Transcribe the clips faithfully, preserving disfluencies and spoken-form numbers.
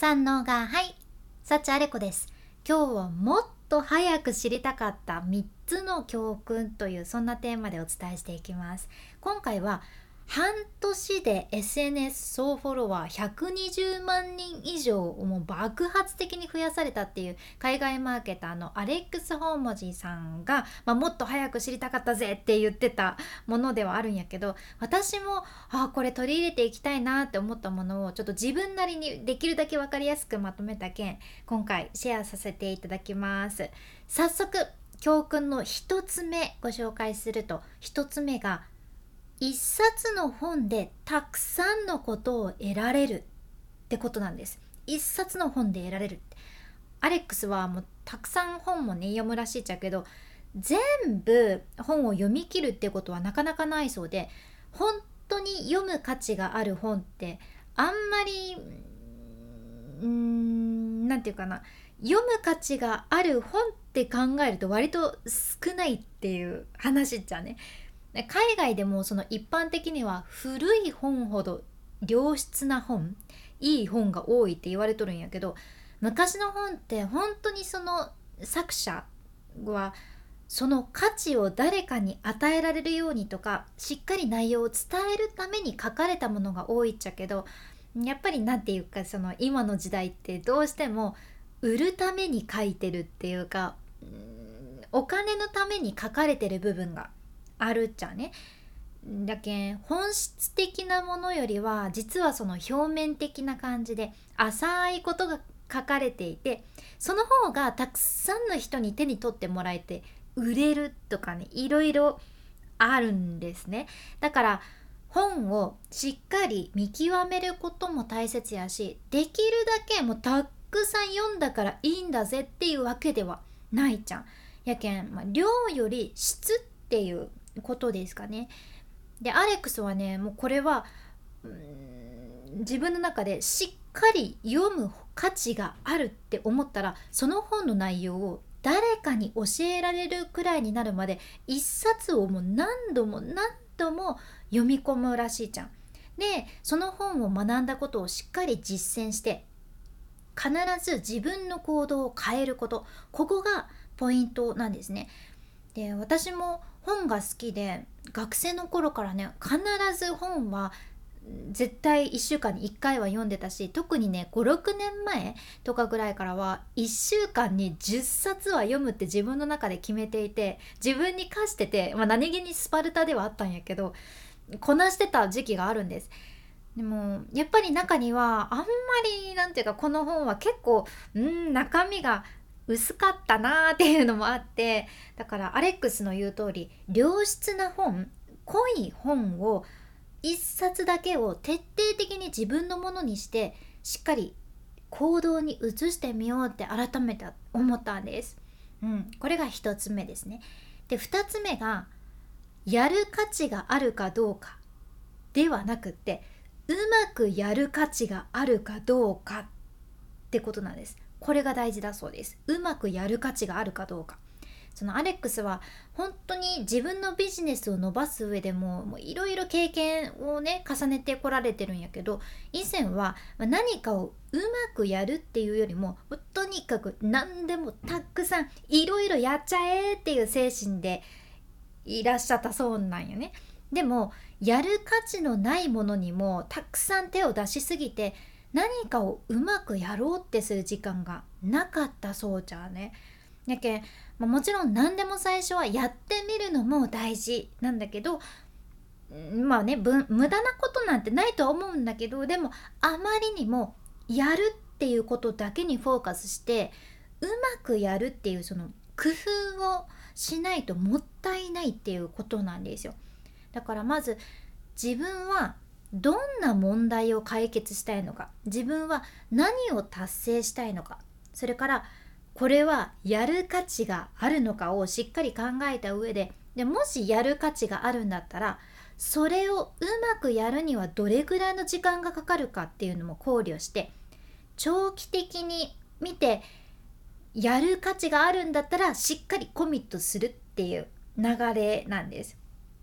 三能がはい、幸あれ子です。今日はもっと早く知りたかったみっつの教訓というそんなテーマでお伝えしていきます。今回は半年で エスエヌエス 総フォロワーひゃくにじゅうまんにん以上をもう爆発的に増やされたっていう海外マーケターのアレックス・ホーモジーさんが、まあ、もっと早く知りたかったぜって言ってたものではあるんやけど、私もあこれ取り入れていきたいなって思ったものをちょっと自分なりにできるだけ分かりやすくまとめた件、今回シェアさせていただきます。早速教訓の一つ目ご紹介すると、一つ目が一冊の本でたくさんのことを得られるってことなんです。一冊の本で得られるって、アレックスはもうたくさん本もね読むらしいっちゃけど、全部本を読み切るってことはなかなかないそうで、本当に読む価値がある本ってあんまりうーんなんていうかな、読む価値がある本って考えると割と少ないっていう話じゃね。海外でもその一般的には古い本ほど良質な本、いい本が多いって言われとるんやけど、昔の本って本当にその作者はその価値を誰かに与えられるようにとか、しっかり内容を伝えるために書かれたものが多いっちゃけど、やっぱりなんていうか、その今の時代ってどうしても売るために書いてるっていうか、お金のために書かれてる部分があるっちゃね。だけん本質的なものよりは実はその表面的な感じで浅いことが書かれていて、その方がたくさんの人に手に取ってもらえて売れるとかね、いろいろあるんですね。だから本をしっかり見極めることも大切やし、できるだけもうたくさん読んだからいいんだぜっていうわけではないじゃん。やけん、まあ、量より質っていうことですかね。でアレックスはね、もうこれはうーん自分の中でしっかり読む価値があるって思ったら、その本の内容を誰かに教えられるくらいになるまで一冊をもう何度も何度も読み込むらしいじゃん。でその本を学んだことをしっかり実践して、必ず自分の行動を変えること、ここがポイントなんですね。で私も本が好きで、学生の頃からね必ず本は絶対いっしゅうかんにいっかいは読んでたし、特にねごろくねんまえとかぐらいからはいっしゅうかんにじゅっさつは読むって自分の中で決めていて、自分に課してて、まあ、何気にスパルタではあったんやけどこなしてた時期があるんです。でもやっぱり中にはあんまりなんていうか、この本は結構ん中身が薄かったなーっていうのもあって、だからアレックスの言う通り良質な本、濃い本を一冊だけを徹底的に自分のものにして、しっかり行動に移してみようって改めて思ったんです。うん、これが一つ目ですね。で二つ目がやる価値があるかどうかではなくって、うまくやる価値があるかどうかってことなんです。これが大事だそうです。うまくやる価値があるかどうか。そのアレックスは本当に自分のビジネスを伸ばす上でもいろいろ経験をね重ねてこられてるんやけど、以前は何かをうまくやるっていうよりもとにかく何でもたくさんいろいろやっちゃえっていう精神でいらっしゃったそうなんよね。でもやる価値のないものにもたくさん手を出しすぎて、何かをうまくやろうってする時間がなかったそうじゃね。やけん、まあ、もちろん何でも最初はやってみるのも大事なんだけど、まあね無駄なことなんてないとは思うんだけど、でもあまりにもやるっていうことだけにフォーカスしてうまくやるっていうその工夫をしないともったいないっていうことなんですよ。だからまず自分はどんな問題を解決したいのか、自分は何を達成したいのか、それからこれはやる価値があるのかをしっかり考えた上で、でもしやる価値があるんだったらそれをうまくやるにはどれぐらいの時間がかかるかっていうのも考慮して、長期的に見てやる価値があるんだったらしっかりコミットするっていう流れなんです。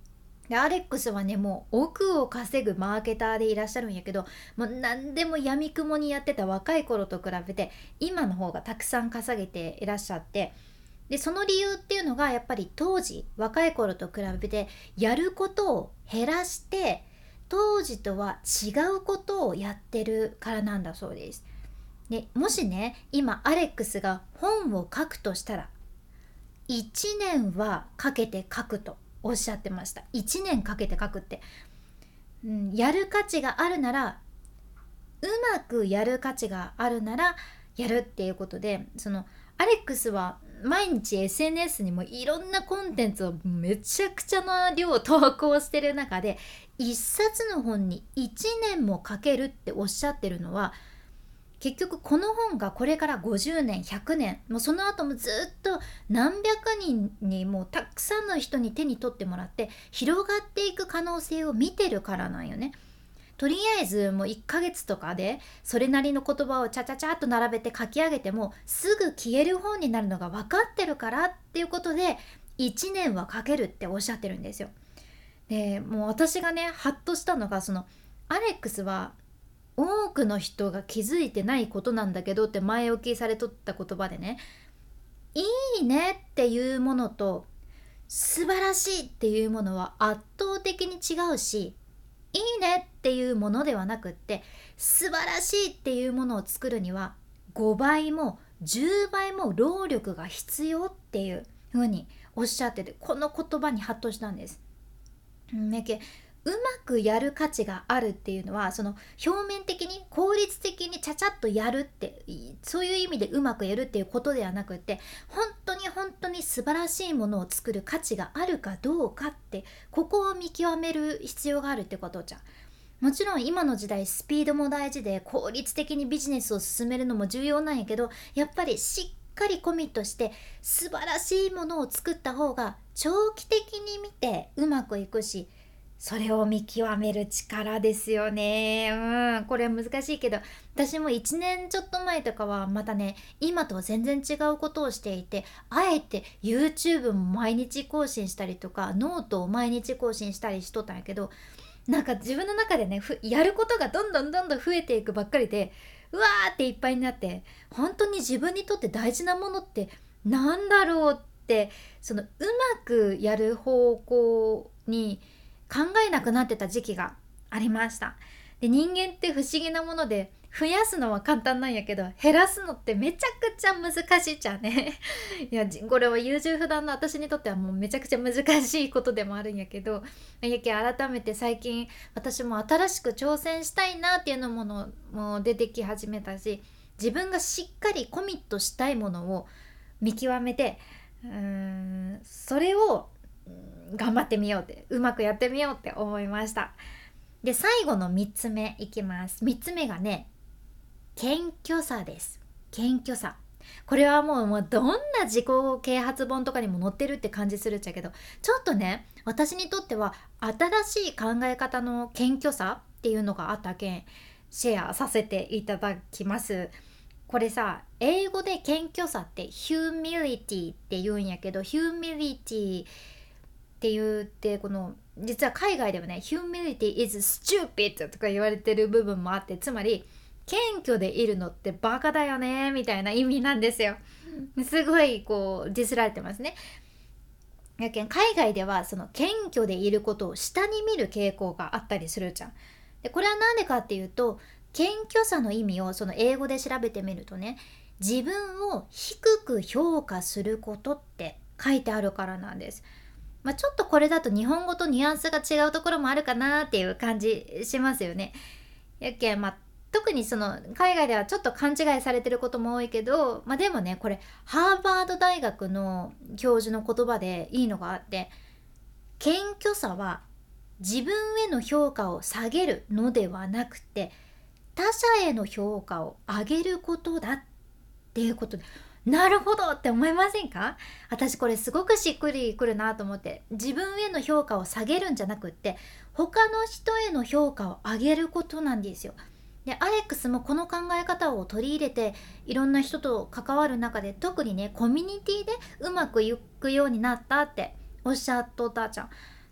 でアレックスはねもう億を稼ぐマーケターでいらっしゃるんやけど、もう何でも闇雲にやってた若い頃と比べて今の方がたくさん稼げていらっしゃって、でその理由っていうのがやっぱり当時若い頃と比べてやることを減らして当時とは違うことをやってるからなんだそうです。でもしね今アレックスが本を書くとしたらいちねんはかけて書くとおっしゃってました。いちねんかけて書くって、うん、やる価値があるならうまくやる価値があるならやるっていうことで、そのアレックスは毎日 エスエヌエス にもいろんなコンテンツをめちゃくちゃな量投稿してる中で一冊の本にいちねんもかけるっておっしゃってるのは、結局この本がこれからごじゅうねんひゃくねんもうその後もずっと何百人にもうたくさんの人に手に取ってもらって広がっていく可能性を見てるからなんよね。とりあえずもういっかげつとかでそれなりの言葉をチャチャチャっと並べて書き上げてもすぐ消える本になるのが分かってるからっていうことでいちねんはかけるっておっしゃってるんですよ。でもう私がねハッとしたのが、そのアレックスは多くの人が気づいてないことなんだけどって前置きされとった言葉でね、いいねっていうものと素晴らしいっていうものは圧倒的に違うし、いいねっていうものではなくって素晴らしいっていうものを作るにはごばいもじゅうばいも労力が必要っていうふうにおっしゃってて、この言葉にハッとしたんです。うんやけうまくやる価値があるっていうのはその表面的に効率的にちゃちゃっとやるってそういう意味でうまくやるっていうことではなくって、本当に本当に素晴らしいものを作る価値があるかどうかってここを見極める必要があるってことじゃん。もちろん今の時代スピードも大事で効率的にビジネスを進めるのも重要なんやけど、やっぱりしっかりコミットして素晴らしいものを作った方が長期的に見てうまくいくし、それを見極める力ですよね。うん、これは難しいけど私もいちねんちょっと前とかはまたね今とは全然違うことをしていて、あえて YouTube も毎日更新したりとかノートを毎日更新したりしとったんやけど、なんか自分の中でねふやることがどんどんどんどん増えていくばっかりでうわーっていっぱいになって、本当に自分にとって大事なものってなんだろうって、そのうまくやる方向に考えなくなってた時期がありました。で人間って不思議なもので増やすのは簡単なんやけど減らすのってめちゃくちゃ難しいじゃんねいやこれは優柔不断な私にとってはもうめちゃくちゃ難しいことでもあるんやけど、やけ改めて最近私も新しく挑戦したいなっていうのものも出てき始めたし、自分がしっかりコミットしたいものを見極めてうーんそれを頑張ってみようってうまくやってみようって思いました。で最後のみっつめいきます。みっつめがね謙虚さです。謙虚さ、これはもう、もうどんな自己啓発本とかにも載ってるって感じするっちゃけど、ちょっとね私にとっては新しい考え方の謙虚さっていうのがあったけんシェアさせていただきます。これさ英語で謙虚さって humility って言うんやけど、 humility って言ってこの実は海外ではね humility is stupid とか言われてる部分もあって、つまり謙虚でいるのってバカだよねみたいな意味なんですよ。すごいこうディスられてますね。やけん海外ではその謙虚でいることを下に見る傾向があったりするじゃん。でこれは何でかっていうと、謙虚さの意味をその英語で調べてみるとね、自分を低く評価することって書いてあるからなんです。まあ、ちょっとこれだと日本語とニュアンスが違うところもあるかなっていう感じしますよね。やけんまあ特にその海外ではちょっと勘違いされてることも多いけど、まあ、でもねこれハーバード大学の教授の言葉でいいのがあって、謙虚さは自分への評価を下げるのではなくて他者への評価を上げることだっていうことで、なるほどって思いませんか？私これすごくしっくりくるなと思って、自分への評価を下げるんじゃなくって他の人への評価を上げることなんですよ。でアレックスもこの考え方を取り入れていろんな人と関わる中で特にねコミュニティでうまくいくようになったっておっしゃっとったじゃん。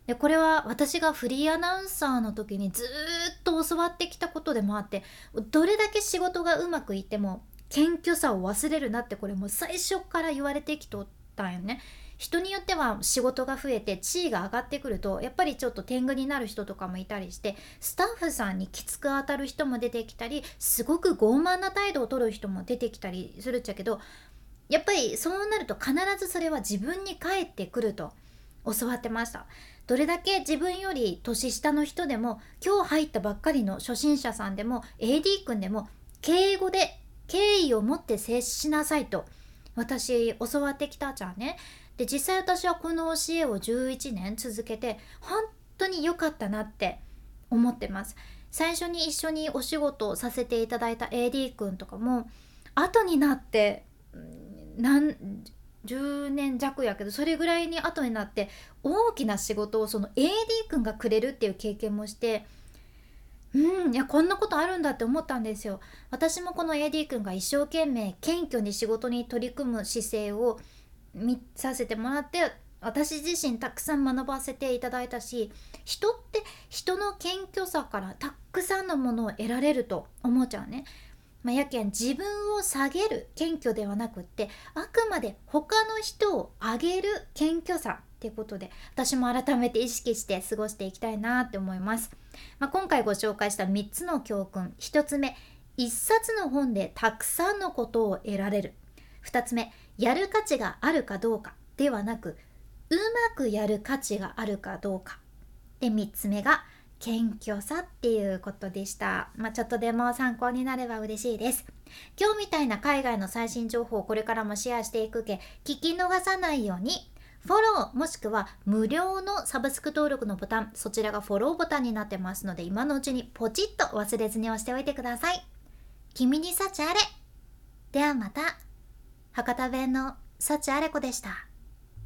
でこれは私がフリーアナウンサーの時にずーっと教わってきたことでもあって、どれだけ仕事がうまくいっても謙虚さを忘れるなって、これもう最初から言われてきとったんよね。人によっては仕事が増えて地位が上がってくるとやっぱりちょっと天狗になる人とかもいたりして、スタッフさんにきつく当たる人も出てきたり、すごく傲慢な態度を取る人も出てきたりするっちゃけど、やっぱりそうなると必ずそれは自分に返ってくると教わってました。どれだけ自分より年下の人でも、今日入ったばっかりの初心者さんでも エーディー 君でも敬語で敬意を持って接しなさいと私教わってきたじゃんね。で実際私はこの教えをじゅういちねん続けて本当に良かったなって思ってます。最初に一緒にお仕事をさせていただいた エーディー 君とかも後になって何じゅうねん弱やけど、それぐらいに後になって大きな仕事をその エーディー 君がくれるっていう経験もして、うん、いやこんなことあるんだって思ったんですよ。私もこの エーディー 君が一生懸命謙虚に仕事に取り組む姿勢を見させてもらって、私自身たくさん学ばせていただいたし、人って人の謙虚さからたくさんのものを得られると思っちゃうね。まあ、やけん自分を下げる謙虚ではなくって、あくまで他の人を上げる謙虚さっていうことで、私も改めて意識して過ごしていきたいなって思います。まあ、今回ご紹介したみっつの教訓。ひとつめ、いっさつの本でたくさんのことを得られる。ふたつめ、やる価値があるかどうかではなく、うまくやる価値があるかどうか。でみっつめが謙虚さっていうことでした。まあ、ちょっとでも参考になれば嬉しいです。今日みたいな海外の最新情報をこれからもシェアしていくけ、聞き逃さないようにフォローもしくは無料のサブスク登録のボタン、そちらがフォローボタンになってますので、今のうちにポチッと忘れずに押しておいてください。君に幸あれ。ではまた。博多弁の幸あれ子でした。